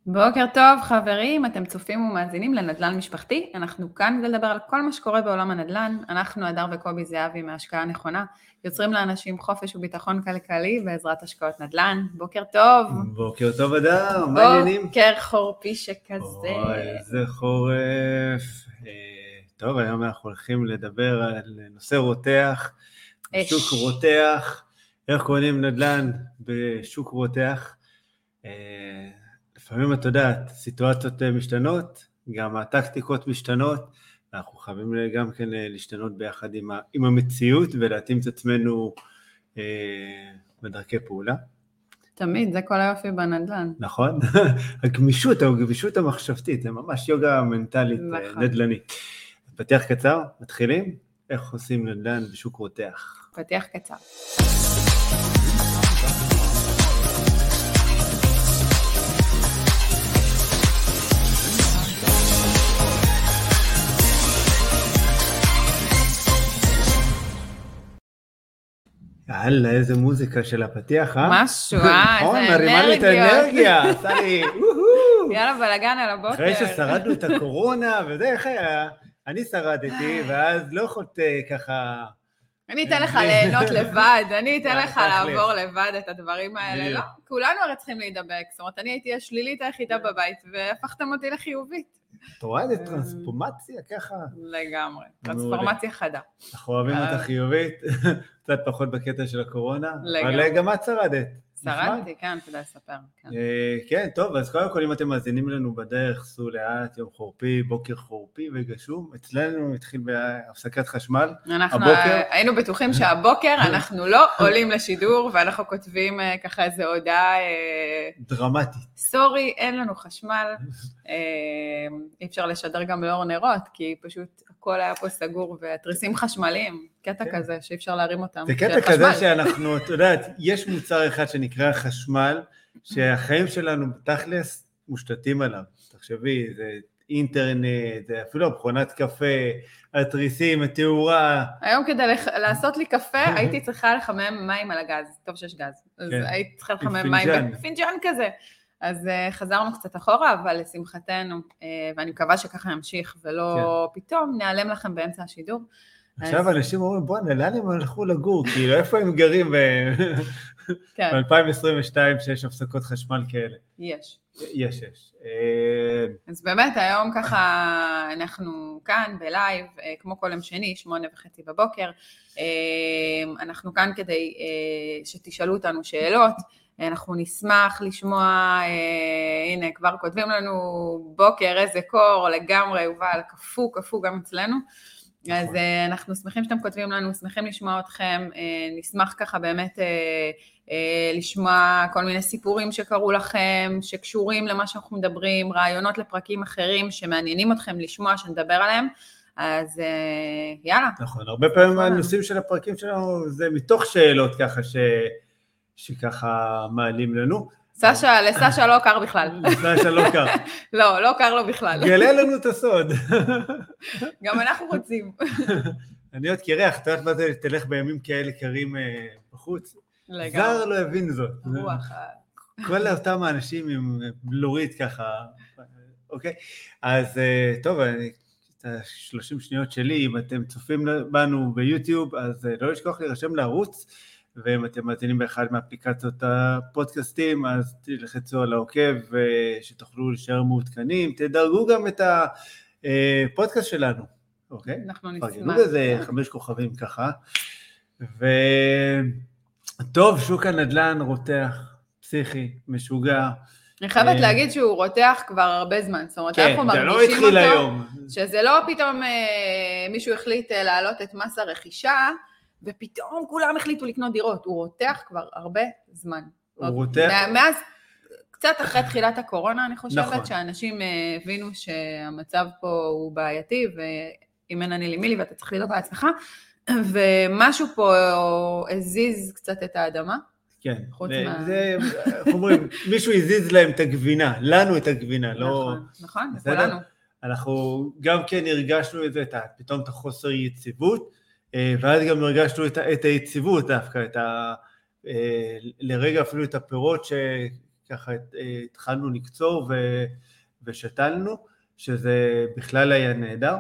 בוקר טוב חברים, אתם צופים ומאזינים לנדל"ן משפחתי. אנחנו כאן כדי לדבר על כל מה שקורה בעולם הנדל"ן. אנחנו הדר וקובי זהבי מההשקעה הנכונה, יוצרים לאנשים חופש וביטחון כלכלי בעזרת השקעות נדל"ן. בוקר טוב. בוקר טוב הדר, מה העניינים? בוקר חורפי שכזה. אוי, איזה חורף. טוב, היום אנחנו הולכים לדבר על נושא רותח, שוק רותח, איך קונים נדל"ן בשוק רותח. לפעמים את יודעת, סיטואציות משתנות, גם הטקטיקות משתנות, אנחנו חייבים גם כן להשתנות ביחד עם המציאות ולהתאים את עצמנו בדרכי פעולה. תמיד, זה כל היופי בנדל"ן. נכון, הגמישות המחשבתית, זה ממש יוגה מנטלית נדל"נית. פתיח קצר, מתחילים? איך עושים נדל"ן בשוק רותח? פתיח קצר. יאללה, איזה מוזיקה של הפתיח, משהו, איזה אנרגיות. מרימה לי את האנרגיה, עשה לי, יאללה, בלגן על הבוקר. אחרי ששרדנו את הקורונה, וזה איך היה, אני שרדתי, ואז לא יכולת ככה... אני אתן לך ליהנות לבד, אני אתן לך לעבור לבד את הדברים האלה, לא? כולנו הרי צריכים להידבק, זאת אומרת, אני הייתי השלילית היחידה בבית, והפכתם אותי לחיובית. אתה רואה איזה טרנספורמציה ככה? לגמרי, טרנספורמציה חדה. אנחנו אוהבים אותה חיובית, קצת פחות בקטע של הקורונה, אבל גם את שרדת. שרדתי, כן, כדאי לספר. כן, טוב, אז קודם כל אם אתם מאזינים לנו בדרך, סעו לאט, יום חורפי, בוקר חורפי וגשום, אצלנו התחיל בהפסקת חשמל. אנחנו היינו בטוחים שהבוקר אנחנו לא עולים לשידור, ואנחנו כותבים ככה איזו הודעה... דרמטית. סורי, אין לנו חשמל, אי אפשר לשדר גם לאור נרות, כי פשוט הכל היה פה סגור, והתריסים חשמליים, קטע כזה שאי אפשר להרים אותם. זה קטע כזה שאנחנו, אתה יודעת, יש מוצר אחד שנקרא חשמל, שהחיים שלנו בתכלס מושתתים עליו. תחשבי, זה אינטרנט, זה אפילו מכונת קפה, התריסים, התאורה. היום כדי לעשות לי קפה, הייתי צריכה לחמם מים על הגז, טוב שיש גז, אז הייתי צריכה לחמם מים בפינג'אן כזה. אז חזרנו קצת אחורה, אבל לשמחתנו, ואני מקווה שככה ימשיך, ולא פתאום נעלם לכם באמצע השידור. עכשיו אנשים אומרים, בוא, לאן הם הלכו לגור? כאילו, איפה הם גרים ב-2022 שיש הפסקות חשמל כאלה? יש. יש. אז באמת היום ככה אנחנו כאן בלייב, כמו כל יום שני, 8:30 בבוקר, אנחנו כאן כדי שתשאלו אותנו שאלות, אנחנו נשמח לשמוע, הנה כבר כותבים לנו בוקר איזה קור, לגמרי יובל, כפו גם אצלנו, אז אנחנו שמחים שאתם כותבים לנו, שמחים לשמוע אתכם, נשמח ככה באמת לשמוע כל מיני סיפורים שקרו לכם, שקשורים למה שאנחנו מדברים, רעיונות לפרקים אחרים שמעניינים אתכם לשמוע, שנדבר עליהם, אז יאללה. נכון, הרבה פעמים הנושאים של הפרקים שלנו זה מתוך שאלות ככה שככה מעלים לנו. לסשה לא קר בכלל. לסשה לא קר. לא קר לו בכלל. גלה לנו את הסוד. גם אנחנו רוצים. אני עוד קרח, אתה יודעת מה זה, תלך בימים כאלה קרים בחוץ. זר לא הבין זאת. רוח. כל אותם האנשים עם בלורית ככה, אוקיי? אז טוב, את ה-30 שניות שלי, אם אתם צופים בנו ביוטיוב, אז לא לשכוח להירשם לערוץ, ואם אתם מאזינים באחד מאפליקציות הפודקאסטים, אז תלחצו על העוקב ושתוכלו להישאר מעודכנים, תדרגו גם את הפודקאסט שלנו, אוקיי? אנחנו נשמח. פרגנו בזה 5 כוכבים ככה, וטוב, שוק הנדל"ן רותח, פסיכי, משוגע. אני חייבת להגיד שהוא רותח כבר הרבה זמן, זאת אומרת, אנחנו מרגישים אותו, כן, זה לא התחיל היום. שזה לא פתאום מישהו החליט להעלות את מס הרכישה, ופתאום כולם החליטו לקנות דירות, הוא רותח כבר הרבה זמן. הוא רותח? מאז, קצת אחרי תחילת הקורונה, אני חושבת, נכון. שאנשים הבינו שהמצב פה הוא בעייתי, ואם אין אני לי ואתה צריך לדאוג לעצמך, ומשהו פה הזיז קצת את האדמה. כן, זה, אנחנו אומרים, מישהו הזיז להם את הגבינה, לנו את הגבינה, לא... נכון, כולנו. אנחנו גם כן הרגשנו את זה, פתאום את החוסר יציבות, ואז גם הרגשנו את היציבות דווקא, לרגע אפילו את הפירות ככה התחלנו לקצור ושתלנו, שזה בכלל היה נהדר.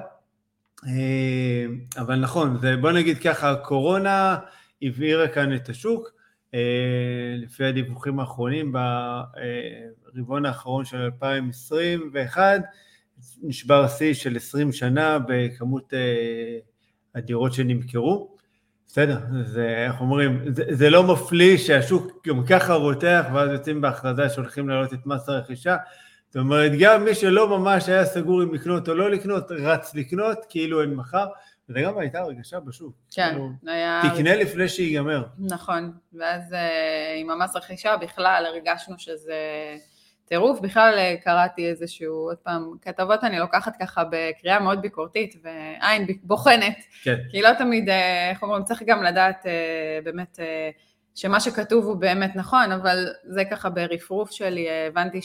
אבל נכון, בוא נגיד ככה, הקורונה הבעירה כאן את השוק, לפי הדיווחים האחרונים, ברבעון האחרון של 2021, נשבר שיא של 20 שנה בכמות הדירות שנמכרו. בסדר, אנחנו אומרים, זה לא מפליא שהשוק גם ככה רותח, ואז יוצאים בהכרזה שהולכים להעלות את מס הרכישה. זאת אומרת, גם מי שלא ממש היה סגור אם לקנות או לא לקנות, רץ לקנות, כאילו אין מחר, וזה גם הייתה הרגשה בשוק. כן. תקנה לפני שיגמר. נכון, ואז עם המס רכישה בכלל הרגשנו שזה טירוף, בכלל קראתי איזשהו, עוד פעם, כתבות אני לוקחת ככה בקריאה מאוד ביקורתית, ועין בוחנת, כן. כי לא תמיד, איך אומרים, צריך גם לדעת באמת שמה שכתוב הוא באמת נכון, אבל זה ככה ברפרוף שלי, הבנתי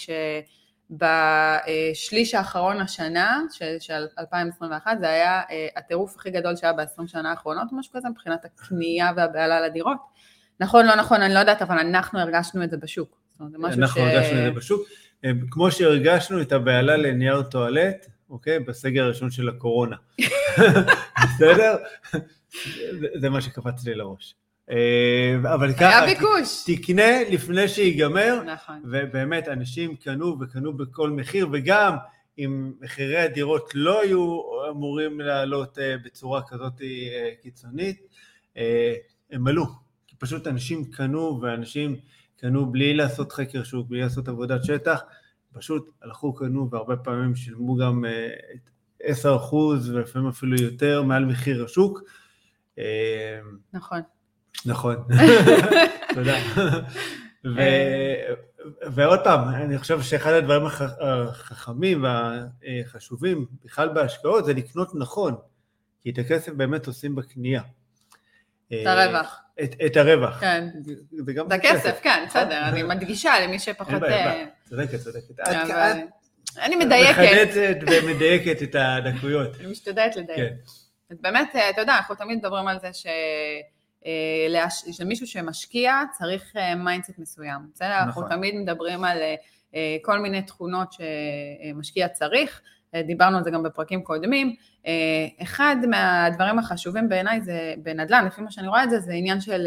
בשליש האחרון השנה, של 2021, זה היה הטירוף הכי גדול שהיה ב-20 שנה האחרונות, משהו כזה, מבחינת הקנייה והבעלה לדירות. נכון, לא נכון, אני לא יודעת, אבל אנחנו הרגשנו את זה בשוק. אנחנו הרגשנו את זה בשוק, כמו שהרגשנו את הבעלה לנייר טואלט, אוקיי, בסגר הראשון של הקורונה. בסדר? זה מה שקפץ לי לראש. אבל ככה, תקנה לפני שיגמר, ובאמת אנשים קנו וקנו בכל מחיר, וגם אם מחירי הדירות לא היו אמורים לעלות בצורה כזאת קיצונית, הם עלו, כי פשוט אנשים קנו, ואנשים קנו בלי לעשות חקר שוק, בלי לעשות עבודת שטח, פשוט הלכו קנו, והרבה פעמים שילמו גם 10% ולפעמים אפילו יותר מעל מחיר השוק. נכון. נכון, תודה. ועוד פעם, אני חושב שאחד הדברים החכמים והחשובים בכלל בהשקעות זה לקנות נכון, כי את הכסף באמת עושים בקנייה. את הרווח. את הרווח. כן. את הכסף, כן, בסדר, אני מדגישה למי שפחות... צודקת. אני מדייקת. מחדדת ומדייקת את הדקויות. אני משתדלת לדייק. אז באמת, אתה יודע, אנחנו תמיד מדברים על זה שמישהו שמשקיע צריך מיינדסט מסוים. בסדר? אנחנו תמיד מדברים על כל מיני תכונות שמשקיע צריך, דיברנו על זה גם בפרקים קודמים. אחד מהדברים החשובים בעיניי זה בנדל"ן, לפי מה שאני רואה את זה, זה עניין של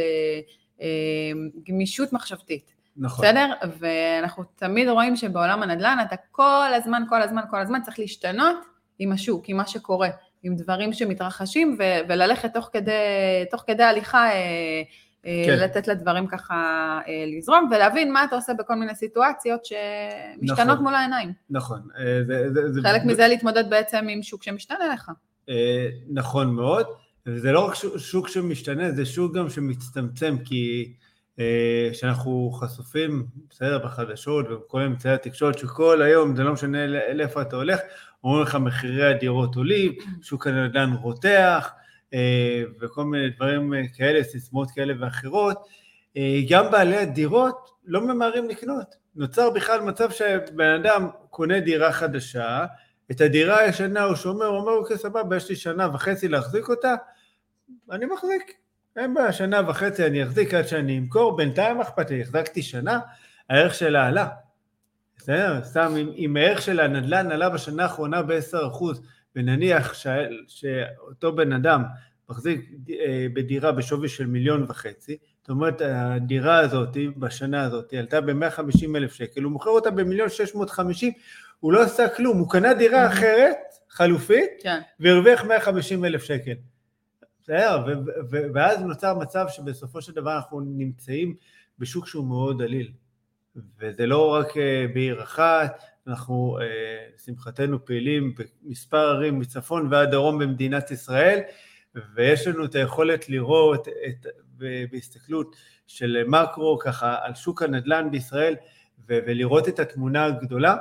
גמישות מחשבתית. נכון. בסדר? ואנחנו תמיד רואים שבעולם הנדל"ן אתה כל הזמן צריך להשתנות עם השוק, עם מה שקורה. עם דברים שמתרחשים, וללכת תוך כדי הליכה, לתת לדברים ככה לזרום, ולהבין מה אתה עושה בכל מיני סיטואציות שמשתנות מול העיניים. נכון. חלק מזה להתמודד בעצם עם שוק שמשתנה לך. נכון מאוד, וזה לא רק שוק שמשתנה, זה שוק גם שמצטמצם, כי שאנחנו חשופים, בסדר, בחדשות, ובכל אמצעי התקשורת, שכל היום, זה לא משנה לאיפה אתה הולך, אומרים לך מחירי הדירות עולים, שוק הנדל"ן רותח, וכל מיני דברים כאלה, סיסמאות כאלה ואחרות. גם בעלי הדירות לא ממהרים לקנות. נוצר בכלל מצב שבן אדם קונה דירה חדשה, את הדירה הישנה הוא שומר, הוא אומר, אוקיי, סבבה, יש לי 1.5 שנה להחזיק אותה, אני מחזיק. אין בה 1.5 שנה אני אחזיק עד שאני אמכור, בינתיים אכפת לי, החזקתי שנה, הערך שלה עלה. סתם, אם הערך של הנדל"ן עלה בשנה האחרונה ב10%, ונניח שאותו בן אדם מחזיק בדירה בשווי של 1.5 מיליון, זאת אומרת, הדירה הזאת בשנה הזאת עלתה ב150,000 שקל, הוא מוכר אותה ב1,650,000, הוא לא עשה כלום, הוא קנה דירה אחרת, חלופית, והרוויח 150,000 שקל. ואז נוצר מצב שבסופו של דבר אנחנו נמצאים בשוק שהוא מאוד דליל. וזה לא רק בעיר אחת, אנחנו שמחתנו פעילים במספר ערים מצפון ועד דרום במדינת ישראל, ויש לנו את היכולת לראות בהסתכלות של מקרו ככה על שוק הנדל"ן בישראל, ולראות את התמונה הגדולה,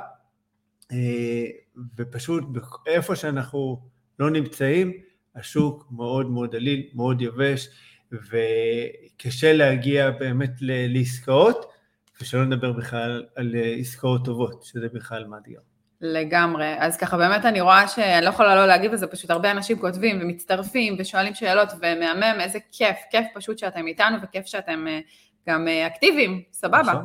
ופשוט איפה שאנחנו לא נמצאים, השוק מאוד מאוד דליל, מאוד יבש, וקשה להגיע באמת לעסקאות, ושלא נדבר בכלל על עסקאות טובות, שזה בכלל מאתגר. לגמרי, אז ככה באמת אני רואה שאני לא יכולה לא להגיב לזה, פשוט הרבה אנשים כותבים ומצטרפים ושואלים שאלות ומהמם, איזה כיף פשוט שאתם איתנו וכיף שאתם גם אקטיביים, סבבה.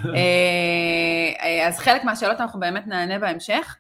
אז חלק מהשאלות אנחנו באמת נענה בהמשך,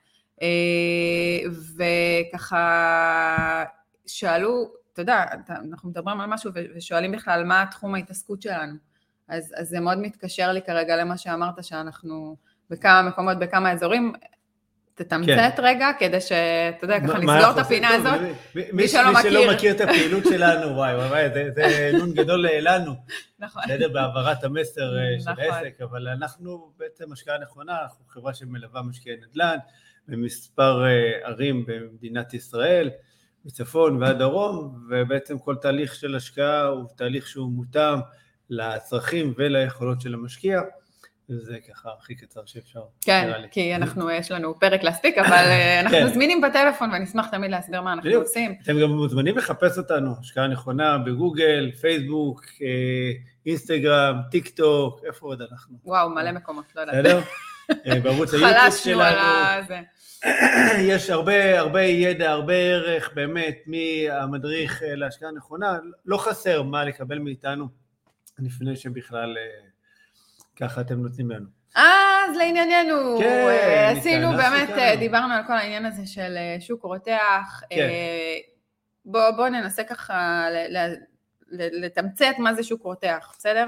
וככה שאלו, אתה יודע, אנחנו מדברים על משהו ושואלים בכלל מה תחום ההתעסקות שלנו, אז זה מאוד מתקשר לי כרגע למה שאמרת שאנחנו בכמה מקומות, בכמה אזורים, תתמצת רגע כדי שאתה יודע, ככה נסגור את הפינה הזאת, מי שלא מכיר את הפעילות שלנו, וואי, זה נון גדול לנו, נכון. בעברת המסר של העסק, אבל אנחנו בעצם השקעה נכונה, אנחנו חברה שמלווה משקיעי נדל"ן, במספר ערים במדינת ישראל, מצפון ועד דרום, ובעצם כל תהליך של השקעה הוא תהליך שהוא מותאם לצרכים וליכולות של המשקיע, וזה ככה הכי קצר שאפשר. כן, כי יש לנו פרק להספיק, אבל אנחנו זמינים בטלפון, ונשמח תמיד להסביר מה אנחנו עושים. אתם גם מוזמנים לחפש אותנו, השקעה נכונה בגוגל, פייסבוק, אינסטגרם, טיק טוק, איפה עוד אנחנו? וואו, מלא מקומות, לא יודעת. בסדר? בערוץ היוטיוב שלנו. זה. יש הרבה ידע, הרבה ערך, באמת, מהמדריך להשקעה נכונה, לא חסר מה לקבל מאיתנו, לפני שבכלל ככה אתם נותנים לנו. אז לענייננו, כן, עשינו באמת, דיברנו על כל העניין הזה של שוק רותח, כן. בוא ננסה ככה לתמצת מה זה שוק רותח, בסדר?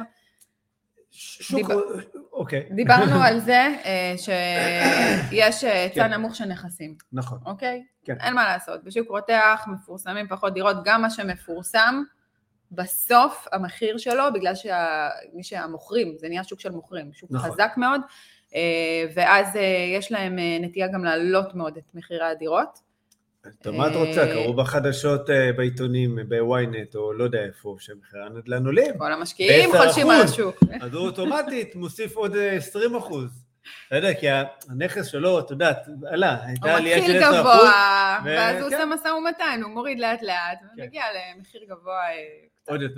אוקיי. דיברנו על זה שיש היצע נמוך של נכסים. נכון. אוקיי? כן. אין מה לעשות, בשוק רותח מפורסמים פחות דירות, גם מה שמפורסם, בסוף המחיר שלו, בגלל שמי שהמוכרים, זה נהיה שוק של מוכרים, שוק חזק מאוד, ואז יש להם נטייה גם לעלות מאוד את מחירי הדירות. מה את רוצה? קראו בחדשות בעיתונים, בוויינט, או לא יודע איפה, שמחירי הנדל"ן עולים. כל המשקיעים חולשים על השוק. אז הוא אוטומטית מוסיף עוד 20%. אתה יודע, כי הנכס שלו, אתה יודעת, עלה, הייתה עלייה של 10%. הוא מתחיל גבוה, ואז הוא עושה מסע ומתן, הוא מוריד לאט לאט, ומגיע למחיר גבוה עוד יותר.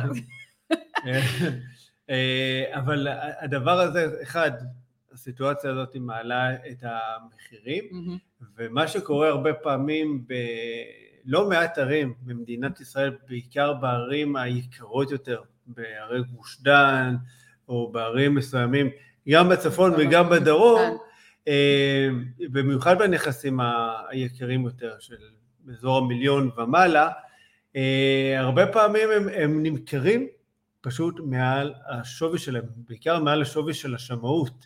אבל הדבר הזה, אחד, הסיטואציה הזאת היא מעלה את המחירים, ומה שקורה הרבה פעמים בלא מעט ערים במדינת ישראל, בעיקר בערים היקרות יותר, בערי גוש דן, או בערים מסוימים, גם בצפון וגם בדרום, במיוחד בנכסים היקרים יותר, של באזור המיליון ומעלה, הרבה פעמים הם נמכרים פשוט מעל השווי שלהם, בעיקר מעל השווי של השמאות,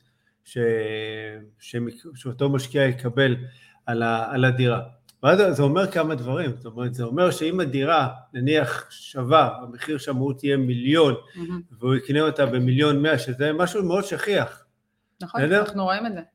שאותו משקיע יקבל על הדירה. ואז זה אומר כמה דברים, זאת אומרת, זה אומר שאם הדירה נניח שווה, המחיר שמאות יהיה 1,000,000, והוא יקנה אותה ב1,100,000, שזה משהו מאוד שכיח. נכון, אנחנו רואים את זה.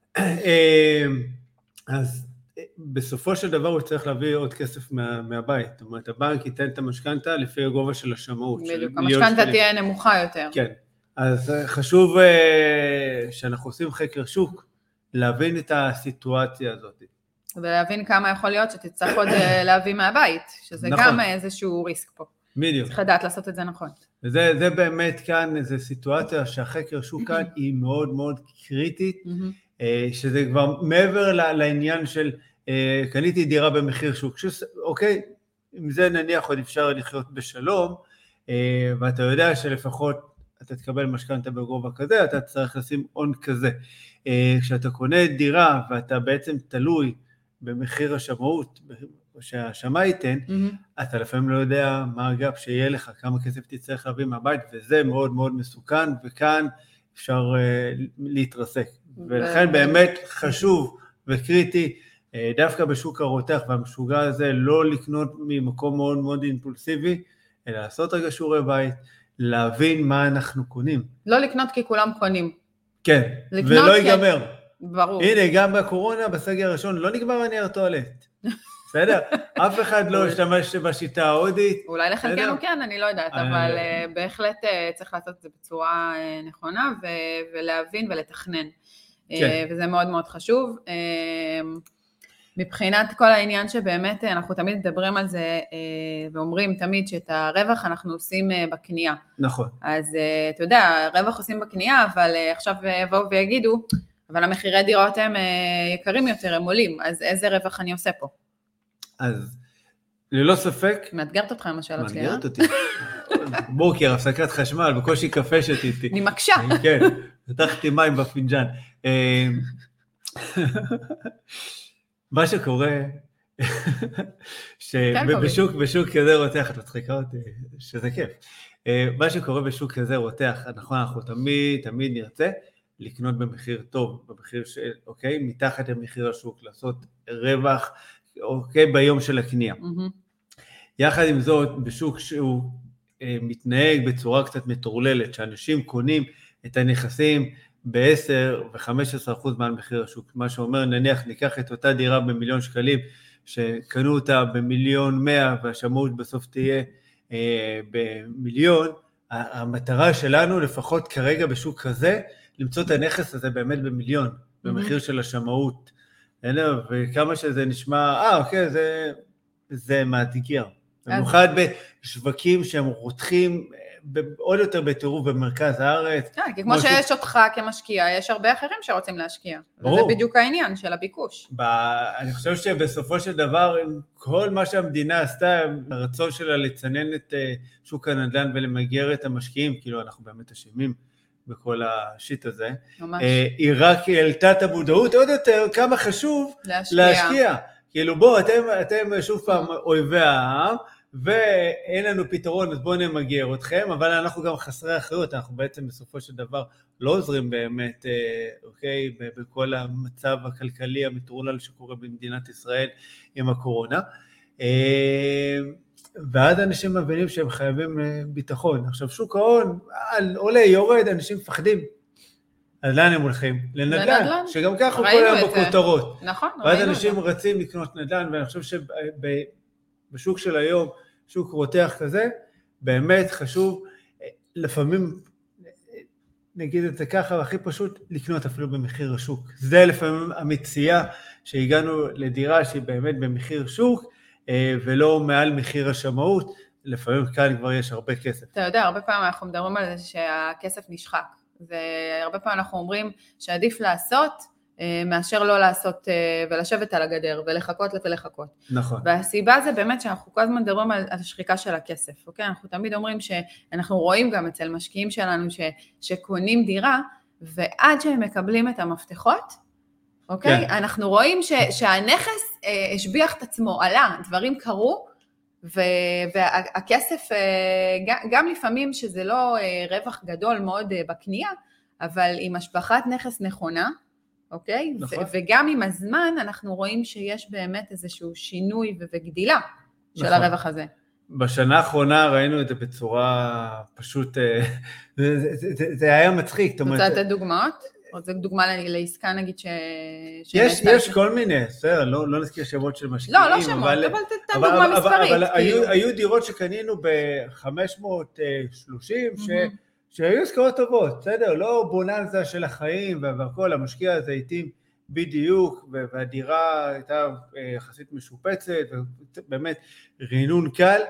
אז בסופו של דבר הוא צריך להביא עוד כסף מהבית, זאת אומרת, הבנק ייתן את המשכנתה לפי הגובה של השמאות. בדיוק, המשכנתה תהיה נמוכה יותר. כן. אז חשוב שאנחנו עושים חקר שוק, להבין את הסיטואציה הזאת. ולהבין כמה יכול להיות שתצטרך עוד להביא מהבית, שזה נכון. גם איזשהו ריסק פה. בדיוק. צריך לדעת לעשות את זה נכון. וזה באמת כאן איזו סיטואציה שהחקר שוק כאן היא מאוד מאוד קריטית, שזה כבר מעבר לעניין של קניתי דירה במחיר שוק, אוקיי, עם זה נניח עוד אפשר לחיות בשלום, ואתה יודע שלפחות אתה תקבל משכנתה בגובה כזה, אתה צריך לשים הון כזה. כשאתה קונה דירה ואתה בעצם תלוי במחיר השמאות, שהשמאי ייתן, אתה לפעמים לא יודע מה הגאפ שיהיה לך, כמה כסף תצטרך להביא מהבית, וזה מאוד מאוד מסוכן, וכאן אפשר להתרסק. ולכן באמת חשוב וקריטי, דווקא בשוק הרותח והמשוגע הזה, לא לקנות ממקום מאוד מאוד אימפולסיבי, אלא לעשות רגע שיעורי בית, להבין מה אנחנו קונים. לא לקנות כי כולם קונים. כן, ולא ייגמר. ברור. הנה, גם בקורונה, בסגר הראשון, לא נגמר הנייר טואלט. בסדר? אף אחד לא השתמש בשיטה ההודית. אולי לחלקנו כן, אני לא יודעת, אבל בהחלט צריך לעשות את זה בצורה נכונה, ולהבין ולתכנן. וזה מאוד מאוד חשוב. מבחינת כל העניין שבאמת אנחנו תמיד מדברים על זה, ואומרים תמיד שאת הרווח אנחנו עושים בקנייה. נכון. אז אתה יודע, רווח עושים בקנייה, אבל עכשיו יבואו ויגידו, אבל המחירי דירות הם יקרים יותר, הם עולים, אז איזה רווח אני עושה פה? אז ללא ספק. מאתגרת אותך עם השאלות שלי, מאתגרת אותי. בוקר, הפסקת חשמל, בקושי קפה שתיתי. אני מקשה. כן, פתחתי מים בפינג'אן. מה שקורה, שבשוק כזה רותח, את מצחיקה אותי, שזה כיף. מה שקורה בשוק כזה רותח, נכון, אנחנו תמיד נרצה לקנות במחיר טוב, במחיר של, אוקיי, מתחת למחיר השוק, לעשות רווח, אוקיי, ביום של הקנייה. יחד עם זאת, בשוק שהוא מתנהג בצורה קצת מטורללת, שאנשים קונים את הנכסים ב-10 ו-15% מעל מחיר השוק, מה שאומר, נניח ניקח את אותה דירה ב1,000,000 שקלים, שקנו אותה ב1,100,000 והשמאות בסוף תהיה ב1,000,000, המטרה שלנו לפחות כרגע בשוק כזה, למצוא את הנכס הזה באמת ב1,000,000, במחיר של השמאות, וכמה שזה נשמע, אוקיי, זה מאתגר, במיוחד בשווקים שהם רותחים, עוד יותר בטירוף במרכז הארץ. כן, כי כמו שיש אותך כמשקיע, יש הרבה אחרים שרוצים להשקיע. וזה בדיוק העניין של הביקוש. אני חושב שבסופו של דבר, כל מה שהמדינה עשתה, הרצון שלה לצנן את שוק הנדל"ן ולמגר את המשקיעים, כאילו אנחנו באמת אשמים בכל השיט הזה. ממש. היא רק העלתה את המודעות עוד יותר, כמה חשוב להשקיע. כאילו בוא, אתם שוב פעם אויבי העם, ואין לנו פתרון, אז בואו נמגר אתכם, אבל אנחנו גם חסרי אחריות, אנחנו בעצם בסופו של דבר לא עוזרים באמת, אוקיי, בכל המצב הכלכלי המטורלל שקורה במדינת ישראל עם הקורונה, ואז אנשים מבינים שהם חייבים ביטחון. עכשיו שוק ההון, עולה, יורד, אנשים מפחדים. אז לאן הם הולכים? לנדל"ן, שגם ככה הוא כל היום בכותרות. נכון, ואז אנשים רצים לקנות נדל"ן, ואני חושב שבשוק של היום, שוק רותח כזה, באמת חשוב, לפעמים, נגיד את זה ככה, והכי פשוט לקנות אפילו במחיר השוק. זה לפעמים המציאה שהגענו לדירה שהיא באמת במחיר שוק, ולא מעל מחיר השמאות, לפעמים כאן כבר יש הרבה כסף. אתה יודע, הרבה פעמים אנחנו מדברים על זה שהכסף נשחק, והרבה פעמים אנחנו אומרים שעדיף לעשות, מאשר לא לעשות ולשבת על הגדר ולחכות ולחכות. נכון. והסיבה זה באמת שאנחנו כל הזמן מדברים על השחיקה של הכסף, אוקיי? אנחנו תמיד אומרים שאנחנו רואים גם אצל משקיעים שלנו שקונים דירה, ועד שהם מקבלים את המפתחות, אוקיי? כן. אנחנו רואים שהנכס השביח את עצמו, עלה, דברים קרו, והכסף, גם לפעמים שזה לא רווח גדול מאוד בקנייה, אבל עם השבחת נכס נכונה, אוקיי? נכון. וגם עם הזמן אנחנו רואים שיש באמת איזשהו שינוי וגדילה של נכון. הרווח הזה. בשנה האחרונה ראינו את זה בצורה פשוט, זה היה מצחיק. רוצה לתת דוגמאות? או זו דוגמה לעסקה נגיד יש כל מיני, בסדר, לא נזכיר שמות של משקיעים. לא שמות, אבל תתן דוגמה מספרית. אבל היו דירות שקנינו ב-530, שהיו עסקאות טובות, בסדר, לא בוננזה של החיים והכל, המשקיע הזה התאים בדיוק, והדירה הייתה יחסית משופצת, ובאמת רינון קל,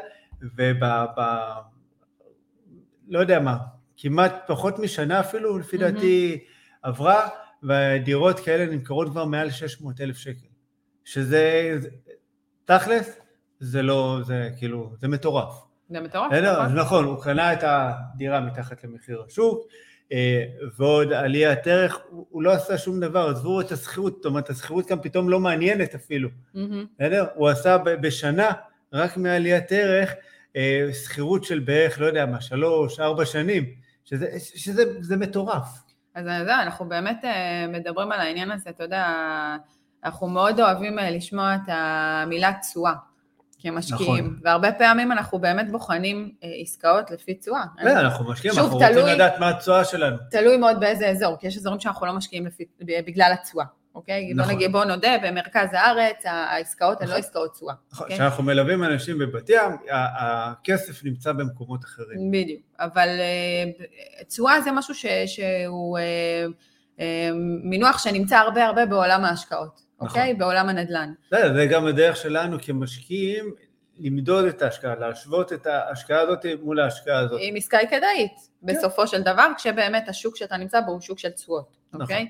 לא יודע מה, כמעט פחות משנה אפילו, לפי דעתי עברה, והדירות כאלה נמכרות כבר מעל 600,000 שקל, שזה תכלס, זה לא, זה כאילו, זה מטורף. זה מטורף. נכון, הוא קנה את הדירה מתחת למחיר השוק, ועוד עליית ערך, הוא לא עשה שום דבר, עזבו את השכירות, זאת אומרת, השכירות כאן פתאום לא מעניינת אפילו. הוא עשה בשנה, רק מעליית ערך, שכירות של בערך, לא יודע מה, 3-4 שנים, שזה מטורף. אז אנחנו באמת מדברים על העניין הזה, אתה יודע, אנחנו מאוד אוהבים לשמוע את המילה תשואה. כמשקיעים, נכון. והרבה פעמים אנחנו באמת בוחנים עסקאות לפי תשואה. לא, אנחנו משקיעים, אנחנו רוצים לדעת מה התשואה שלנו. תלוי מאוד באיזה אזור, כי יש אזורים שאנחנו לא משקיעים בגלל התשואה, אוקיי? נכון. בוא נודה, במרכז הארץ, העסקאות הן לא עסקאות תשואה. נכון, כשאנחנו מלווים אנשים בבת ים, הכסף נמצא במקומות אחרים. בדיוק, אבל תשואה זה משהו שהוא מינוח שנמצא הרבה בעולם ההשקעות. אוקיי? בעולם הנדל"ן. זה גם הדרך שלנו כמשקיעים, למדוד את ההשקעה, להשוות את ההשקעה הזאת מול ההשקעה הזאת. עם עסקה היא כדאית, בסופו של דבר, כשבאמת השוק שאתה נמצא בו הוא שוק של תשואות, אוקיי?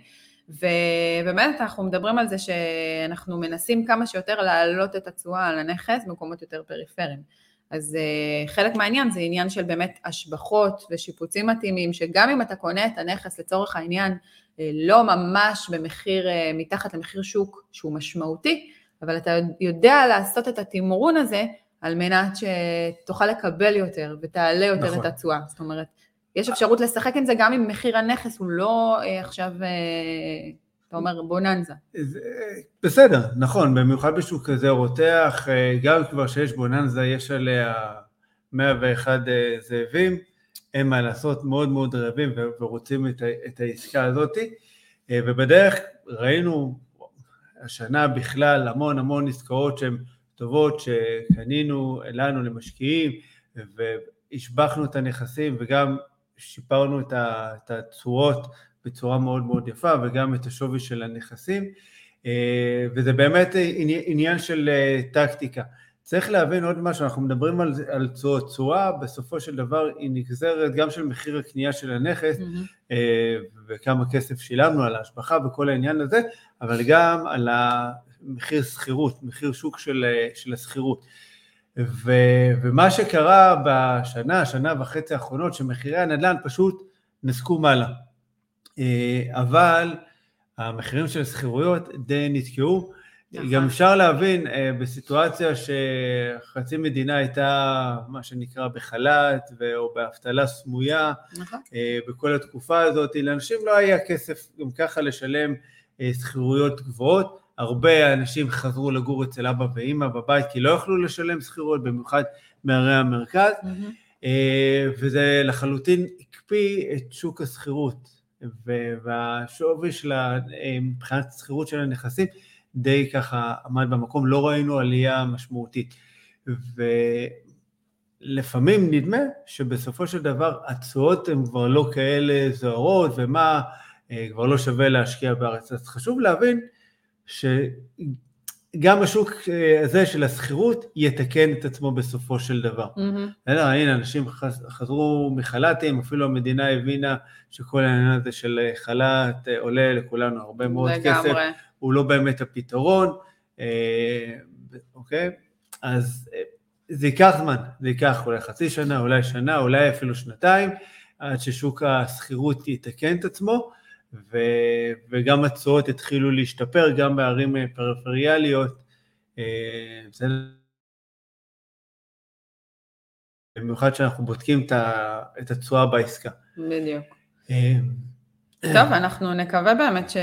ובאמת אנחנו מדברים על זה שאנחנו מנסים כמה שיותר להעלות את התשואה על הנכס במקומות יותר פריפריים. אז חלק מהעניין זה עניין של באמת השבחות ושיפוצים מתאימים, שגם אם אתה קונה את הנכס לצורך העניין, לא ממש במחיר, מתחת למחיר שוק שהוא משמעותי, אבל אתה יודע לעשות את התמרון הזה, על מנת שתוכל לקבל יותר ותעלה יותר נכון. את התשואה. זאת אומרת, יש אפשרות לשחק עם זה גם אם מחיר הנכס הוא לא עכשיו, אתה אומר, בוננזה. בסדר, נכון, במיוחד בשוק כזה רותח, גם כבר שיש בוננזה, יש עליה 101 זאבים, אין מה לעשות, מאוד מאוד רעבים ורוצים את העסקה הזאת, ובדרך ראינו השנה בכלל המון עסקאות שהן טובות, שקנינו לנו למשקיעים, והשבחנו את הנכסים, וגם שיפרנו את הצורות בצורה מאוד מאוד יפה, וגם את השווי של הנכסים, וזה באמת עניין של טקטיקה. צריך להבין עוד משהו, אנחנו מדברים על צורה, בסופו של דבר היא נגזרת גם של מחיר הקנייה של הנכס, וכמה כסף שילמנו על ההשבחה וכל העניין הזה, אבל גם על המחיר סחירות, מחיר שוק של הסחירות. ומה שקרה שנה וחצי האחרונות, שמחירי הנדל"ן פשוט נסקו מעלה. אבל המחירים של הסחירויות די נתקעו, גם אפשר להבין בסיטואציה שחצי מדינה הייתה מה שנקרא בחל"ת או באבטלה סמויה, בכל התקופה הזאת, לאנשים לא היה כסף גם ככה לשלם סחירויות גבוהות, הרבה אנשים חזרו לגור אצל אבא ואמא בבית, כי לא יכלו לשלם סחירויות, במיוחד מערי המרכז, וזה לחלוטין הקפיא את שוק הסחירות, והשווי של מבחינת הסחירות של הנכסים, די ככה עמד במקום, לא ראינו עלייה משמעותית, ולפעמים נדמה שבסופו של דבר התשואות הן כבר לא כאלה זוהרות, ומה כבר לא שווה להשקיע בארץ. אז חשוב להבין שגם השוק הזה של הסחירות יתקן את עצמו בסופו של דבר. הנה, אנשים חזרו מחל"תים, אפילו המדינה הבינה שכל העניין הזה של חל"ת עולה לכולנו הרבה מאוד כסף, הוא לא באמת הפתרון, אוקיי? אז זה ייקח זמן, זה ייקח אולי חצי שנה, אולי שנה, אולי אפילו שנתיים, עד ששוק הסחירות יתקן את עצמו, וגם התשואות התחילו להשתפר, גם בערים פריפריאליות, במיוחד שאנחנו בודקים את התשואה בעסקה. בדיוק. טוב, אנחנו נקווה באמת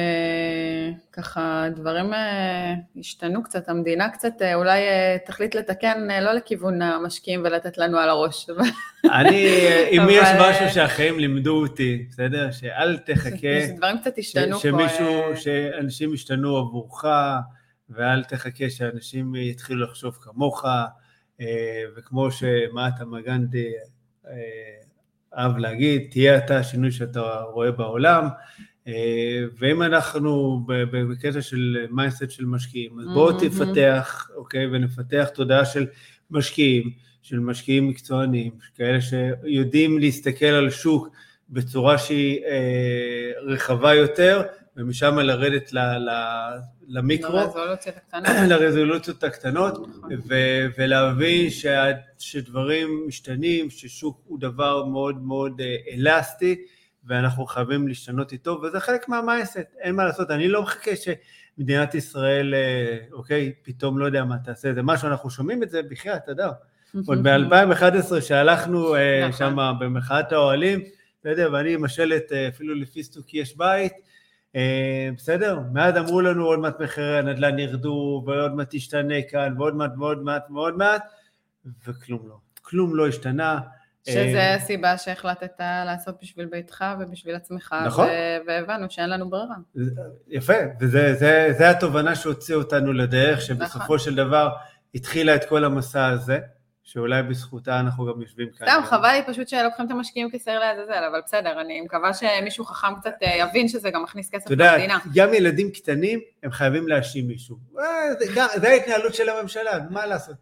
שככה דברים השתנו קצת, המדינה קצת אולי תחליט לתקן לא לכיוון המשקיעים ולתת לנו על הראש. אם יש משהו שהחיים לימדו אותי, בסדר? שאל תחכה, דברים קצת השתנו שאנשים ישתנו עבורך, ואל תחכה שאנשים יתחילו לחשוב כמוך, וכמו שמהטמה גנדי אהב להגיד, תהיה אתה השינוי שאתה רואה בעולם, ואם אנחנו בקטע של מיינדסט של משקיעים, אז בואו תפתח, אוקיי, ונפתח תודעה של משקיעים מקצוענים, כאלה שיודעים להסתכל על שוק בצורה שהיא רחבה יותר, ומשם לרדת למיקרו, לרזולוציות הקטנות, ולהבין שדברים משתנים, ששוק הוא דבר מאוד מאוד אלסטי, ואנחנו חייבים להשתנות איתו, וזה חלק מהמייסט, אין מה לעשות, אני לא מחכה שמדינת ישראל, אוקיי, פתאום לא יודע מה תעשה, זה משהו, אנחנו שומעים את זה בכלל, אתה יודע, עוד ב-2011 שהלכנו שם במחאת האוהלים, אתה יודע, ואני משלת אפילו לפיסטוק יש בית, בסדר? מעט אמרו לנו עוד מעט מחירי הנדל"ן ירדו, ועוד מעט תשתנה כאן, ועוד מעט, וכלום לא השתנה. שזה הסיבה שהחלטת לעשות בשביל ביתך ובשביל עצמך, נכון. והבנו שאין לנו ברירה. יפה, וזה התובנה שהוציאה אותנו לדרך, שבסופו של דבר התחילה את כל המסע הזה, שאולי בזכותה אנחנו גם יושבים כאן. סתם, חבל לי פשוט שלוקחים את המשקיעים כסר לעזאזל, אבל בסדר, אני מקווה שמישהו חכם קצת יבין שזה גם מכניס כסף למדינה. גם ילדים קטנים, הם חייבים להאשים מישהו. זה ההתנהלות של הממשלה, מה לעשות, יאללה.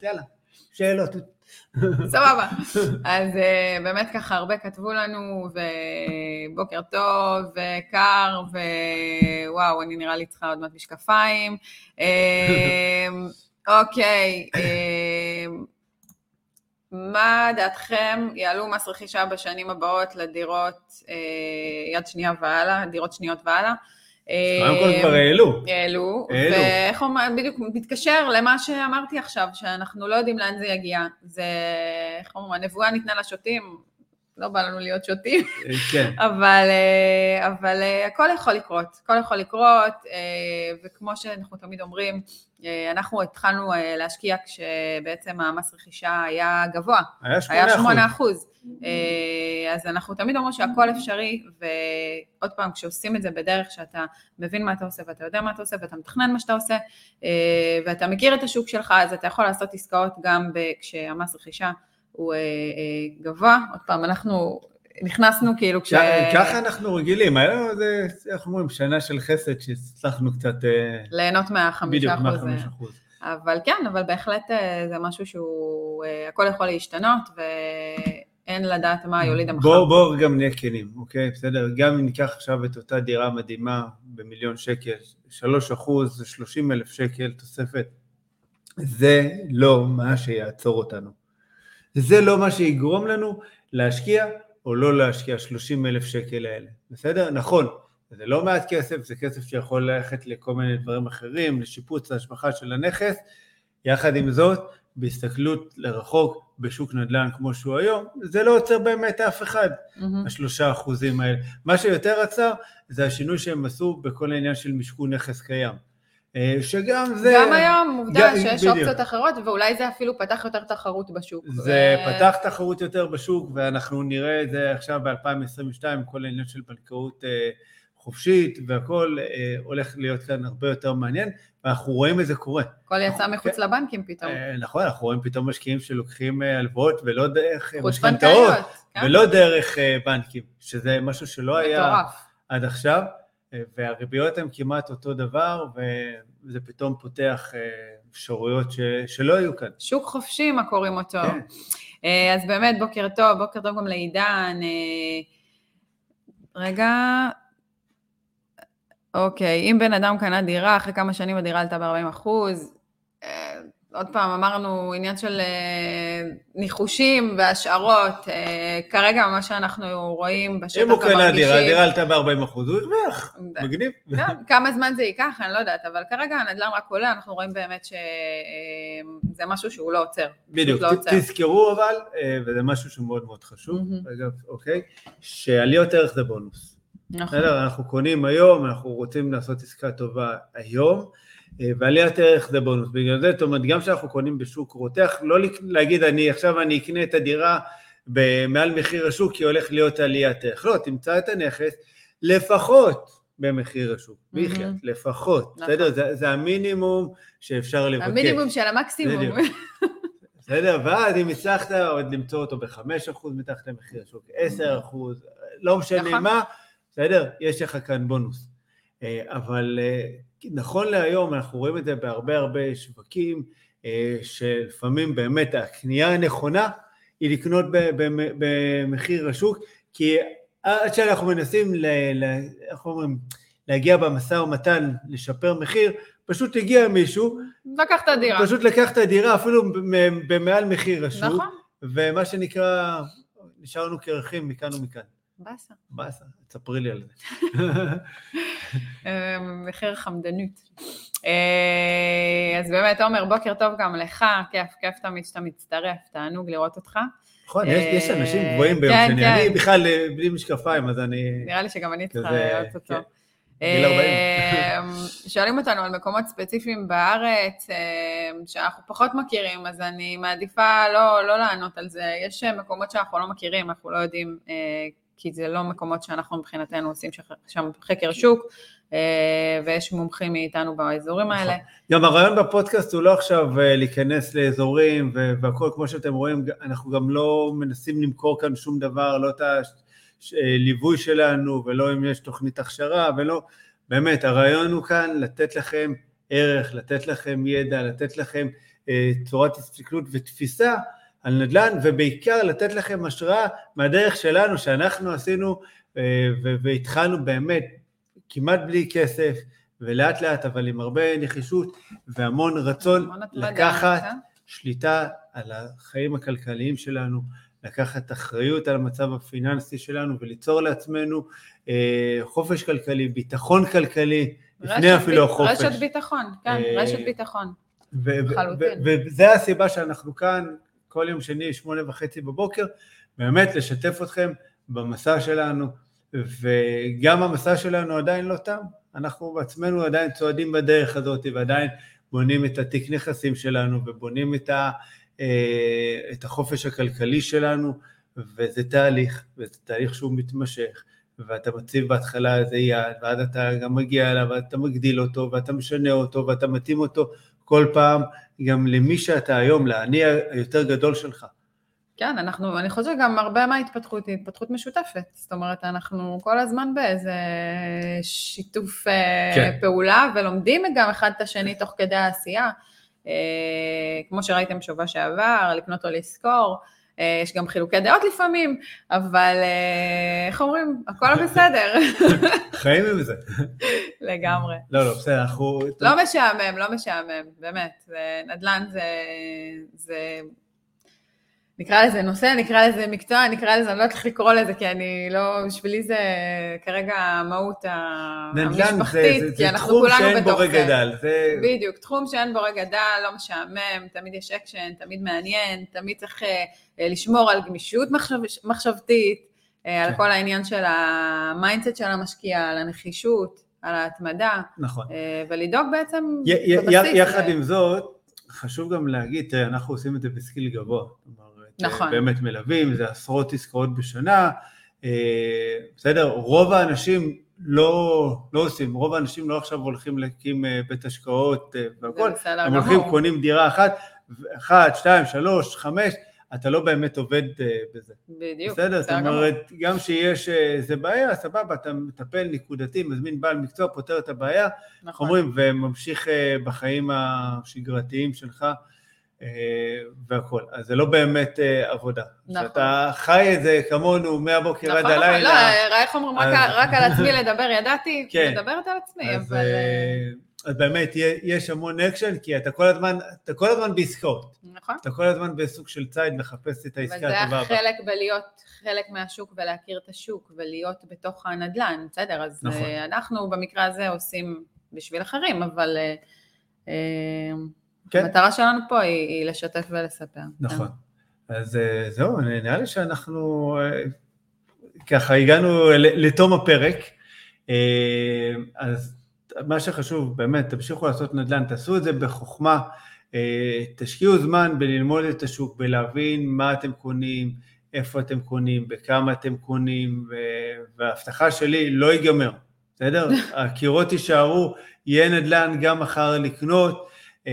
שאלות. סבבה. אז באמת ככה הרבה כתבו לנו, ובוקר טוב, וקר, ווואו, אני נראה לי צריכה עוד מעט משקפיים. אוקיי, מה דעתכם יעלו מס רכישה בשנים הבאות לדירות יד שנייה והלאה, דירות שניות והלאה? קודם כל כבר העלו, ואיך בדיוק מתקשר למה שאמרתי עכשיו, שאנחנו לא יודעים לאן זה יגיע, זה, איך אומרים, הנבואה ניתנה לשוטים, לא בא לנו להיות שוטים, אבל הכל יכול לקרות, וכמו שאנחנו תמיד אומרים, אנחנו התחלנו להשקיע כשבעצם המס רכישה היה גבוה, היה 8%. אז אנחנו תמיד אומרים שהכל אפשרי, ועוד פעם, כשעושים את זה בדרך שאתה מבין מה אתה עושה, ואתה יודע מה אתה עושה, ואתה מתכנן מה שאתה עושה, ואתה מכיר את השוק שלך, אז אתה יכול לעשות עסקאות גם כשהמס רכישה הוא גבוה. עוד פעם, אנחנו נכנסנו כאילו ככה אנחנו רגילים, היה זה, איך אומרים, שנה של חסד שהצלחנו קצת ליהנות בדיוק, 5%. אבל כן, אבל בהחלט זה משהו שהוא, הכל יכול להשתנות, ואין לדעת מה יוליד המחר. בואו גם נהיה כנים, אוקיי? בסדר? גם אם ניקח עכשיו את אותה דירה מדהימה ב1,000,000 שקל, 3% זה 30,000 שקל תוספת, זה לא מה שיעצור אותנו. זה לא מה שיגרום לנו להשקיע או לא להשקיע 30,000 שקל האלה. בסדר? נכון. זה לא מעט כסף, זה כסף שיכול ללכת לכל מיני דברים אחרים, לשיפוץ, להשבחה של הנכס. יחד עם זאת, בהסתכלות לרחוק בשוק נדל"ן כמו שהוא היום, זה לא עוצר באמת אף אחד, 3% האלה. מה שיותר עצר, זה השינוי שהם עשו בכל העניין של משכון נכס קיים. שגם זה... גם היום עובדה שיש אופציות אחרות, ואולי זה אפילו פתח יותר תחרות בשוק. זה פתח תחרות יותר בשוק, ואנחנו נראה את זה עכשיו ב-2022, כל העניין של בנקאות חופשית, והכל הולך להיות כאן הרבה יותר מעניין, ואנחנו רואים את זה קורה. הכל יצא מחוץ לבנקים פתאום. נכון, אנחנו רואים פתאום משקיעים שלוקחים הלוואות, ולא דרך משכנתאות, ולא דרך בנקים, שזה משהו שלא היה עד עכשיו, והריביות הן כמעט אותו דבר, וזה פתאום פותח אפשרויות שלא היו כאן. שוק חופשי, מה קוראים אותו. אז באמת, בוקר טוב גם לעידן. רגע, אוקיי, אם בן אדם קנה דירה, אחרי כמה שנים הדירה עלתה ב-40%, עוד פעם אמרנו עניין של ניחושים והשערות, כרגע מה שאנחנו רואים בשטח המרגישים. אם הוא קנה דירה, הדירה עלתה ב-40%, הוא הרוויח, מגניב. כמה זמן זה ייקח, אני לא יודעת, אבל כרגע הנדל"ן רק עולה, אנחנו רואים באמת שזה משהו שהוא לא עוצר. בדיוק, תזכרו אבל, וזה משהו שהוא מאוד מאוד חשוב, אגב, אוקיי, שעליות ערך זה בונוס. אנחנו קונים היום, אנחנו רוצים לעשות עסקה טובה היום, ועליית ערך זה בונוס. בגלל זה, זאת אומרת, גם שאנחנו קונים בשוק רותח, לא להגיד, עכשיו אני אקנה את הדירה מעל מחיר השוק, כי הולך להיות עליית ערך. לא, תמצא את הנכס לפחות במחיר השוק. בכלל, לפחות. בסדר? זה המינימום שאפשר לבקש. המינימום של המקסימום. בסדר? ואז אם הצלחת עוד למצוא אותו ב5% מתחת למחיר השוק, 10%, לא משנה מה, בסדר? יש לך כאן בונוס. אבל נכון להיום אנחנו רואים את זה בהרבה שווקים, שלפעמים באמת הקנייה הנכונה היא לקנות במחיר השוק, כי עד שאנחנו מנסים להגיע במשא ומתן לשפר מחיר, פשוט הגיע מישהו, פשוט לקח את הדירה אפילו במעל מחיר השוק, נכון. ומה שנקרא, נשארנו כרכים מכאן ומכאן. בסה, תספרי לי על זה. מחיר חמדנות. אז באמת, עומר, בוקר טוב גם לך, כיף תמיד שאתה מצטרף, תענוג לראות אותך. נכון, יש אנשים גבוהים ביום שני, אני בכלל בלי משקפיים, אז אני... נראה לי שגם אני צריכה לראות אותו. גיל 40. שואלים אותנו על מקומות ספציפיים בארץ, שאנחנו פחות מכירים, אז אני מעדיפה לא לענות על זה. יש מקומות שאנחנו לא מכירים, אנחנו לא יודעים, כי זה לא מקומות שאנחנו מבחינתנו עושים שם חקר שוק, ויש מומחים מאיתנו באזורים האלה. גם הרעיון בפודקאסט הוא לא עכשיו להיכנס לאזורים, והכל כמו שאתם רואים, אנחנו גם לא מנסים למכור כאן שום דבר, לא את הליווי שלנו, ולא אם יש תוכנית הכשרה, ולא, באמת, הרעיון הוא כאן לתת לכם ערך, לתת לכם ידע, לתת לכם צורת הסתכלות ותפיסה על נדל"ן, ובעיקר לתת לכם השראה מהדרך שלנו, שאנחנו עשינו והתחלנו באמת כמעט בלי כסף, ולאט לאט, אבל עם הרבה נחישות והמון רצון לקחת שליטה על החיים הכלכליים שלנו, לקחת אחריות על המצב הפיננסי שלנו, וליצור לעצמנו חופש כלכלי, ביטחון כלכלי, לפני אפילו החופש. רשת ביטחון, כן, רשת ביטחון. וזה הסיבה שאנחנו כאן, כל יום שני, 8:30 בבוקר, באמת לשתף אתכם במסע שלנו, וגם המסע שלנו עדיין לא תם, אנחנו בעצמנו עדיין צועדים בדרך הזאת, ועדיין בונים את התיק נכסים שלנו, ובונים את החופש הכלכלי שלנו, וזה תהליך שהוא מתמשך, ואתה מציב בהתחלה איזה יעד, ואז אתה גם מגיע אליו, ואתה מגדיל אותו, ואתה משנה אותו, ואתה מתאים אותו כל פעם, גם למי שאתה היום, לעני היותר גדול שלך. כן, אני חושבת גם הרבה מההתפתחות היא התפתחות משותפת, זאת אומרת, אנחנו כל הזמן באיזה שיתוף פעולה, ולומדים גם אחד את השני תוך כדי העשייה, כמו שראיתם שבוע שעבר, לקנות או לזכור, יש גם חילוקי דעות לפעמים, אבל איך אומרים, הכל בסדר. חיים עם זה. לגמרי. לא, בסדר, אנחנו... לא משעמם, באמת, נדל"ן זה... נקרא לזה נושא, נקרא לזה מקצוע, נקרא לזה, אני לא יודעת איך לקרוא לזה, כי אני לא, בשבילי זה כרגע המהות המשפחתית, כי אנחנו כולנו בתוך זה. בדיוק, תחום שאין בו רגע דל, לא משעמם, תמיד יש אקשן, תמיד מעניין, תמיד צריך לשמור על גמישות מחשבתית, על כל העניין של המיינדסט של המשקיע, על הנחישות, על ההתמדה, ולדאוג בעצם בבסיס. יחד עם זאת, חשוב גם להגיד, אנחנו עושים את זה בסקיל גבוה, נכון. באמת מלווים, זה עשרות עסקאות בשנה, בסדר, רוב האנשים לא עושים, רוב האנשים לא עכשיו הולכים להקים בית השקעות והכל, הם הולכים, קונים דירה אחת, 2, 3, 5, אתה לא באמת עובד בזה. בדיוק. בסדר, זאת אומרת, גם שיש איזה בעיה, סבבה, אתה מטפל נקודתי, מזמין בעל מקצוע, פותר את הבעיה, נכון. אומרים, וממשיך בחיים השגרתיים שלך, והכל. אז זה לא באמת עבודה. נכון. שאתה חי את זה כמונו מהבוקר עד הלילה. נכון, לא, איך אומרים, רק על עצמי לדבר ידעתי, מדברת על עצמי, אבל... אז באמת יש המון אקשן, כי אתה כל הזמן בעסקאות. נכון. אתה כל הזמן בסוג של ציד מחפש את העסקה הטובה. וזה החלק בלהיות חלק מהשוק ולהכיר את השוק ולהיות בתוך הנדל"ן, בסדר? אז נכון. אנחנו במקרה הזה עושים בשביל אחרים, אבל כן. המטרה שלנו פה היא לשתף ולספר. נכון. כן. אז זהו, נראה לי שאנחנו ככה הגענו לתום הפרק, אז מה שחשוב, באמת, תמשיכו לעשות נדל"ן, תעשו את זה בחוכמה, תשקיעו זמן בללמוד את השוק, בלהבין מה אתם קונים, איפה אתם קונים, בכמה אתם קונים, וההבטחה שלי לא ייגמר, בסדר? הקירות יישארו, יהיה נדל"ן גם מחר לקנות,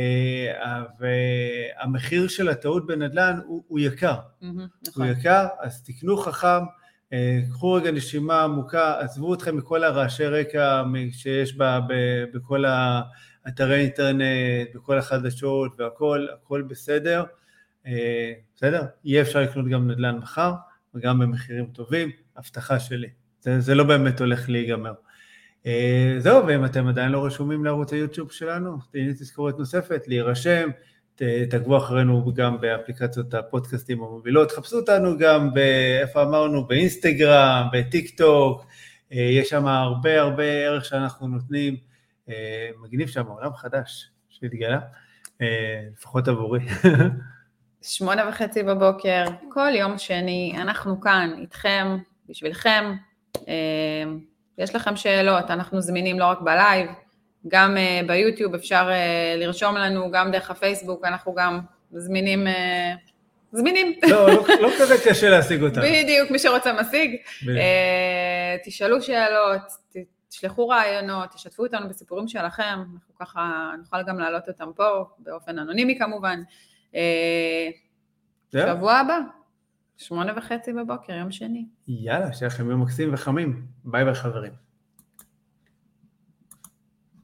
והמחיר של הטעות בנדל"ן הוא יקר, הוא יקר, אז תקנו חכם, קחו רגע נשימה עמוקה, עזבו אתכם מכל הרעשי רקע שיש בכל האתרי אינטרנט, בכל החדשות והכל, הכל בסדר, בסדר? יהיה אפשר לקנות גם נדל"ן מחר, וגם במחירים טובים, הבטחה שלי, זה לא באמת הולך להיגמר. זהו, ואם אתם עדיין לא רשומים לערוץ היוטיוב שלנו, תהיינו תזכורת נוספת, להירשם, תעקבו אחרינו גם באפליקציות הפודקאסטים המובילות, חפשו אותנו גם איפה אמרנו, באינסטגרם, בטיק טוק, יש שם הרבה ערך שאנחנו נותנים, מגניב שם עולם חדש שהתגלה, לפחות עבורי. 8:30 בבוקר, כל יום שני, אנחנו כאן איתכם, בשבילכם, יש לכם שאלות, אנחנו זמינים לא רק בלייב, גם ביוטיוב אפשר לרשום לנו, גם דרך הפייסבוק, אנחנו גם זמינים. לא כזה קשה להשיג אותנו. בדיוק, מי שרוצה משיג. תשאלו שאלות, תשלחו רעיונות, תשתפו אותנו בסיפורים שלכם, אנחנו ככה נוכל גם להעלות אותם פה, באופן אנונימי כמובן. שבוע הבא, 8:30 בבוקר, יום שני. יאללה, שיהיה לכם יום מקסים וחמים. ביי ביי חברים.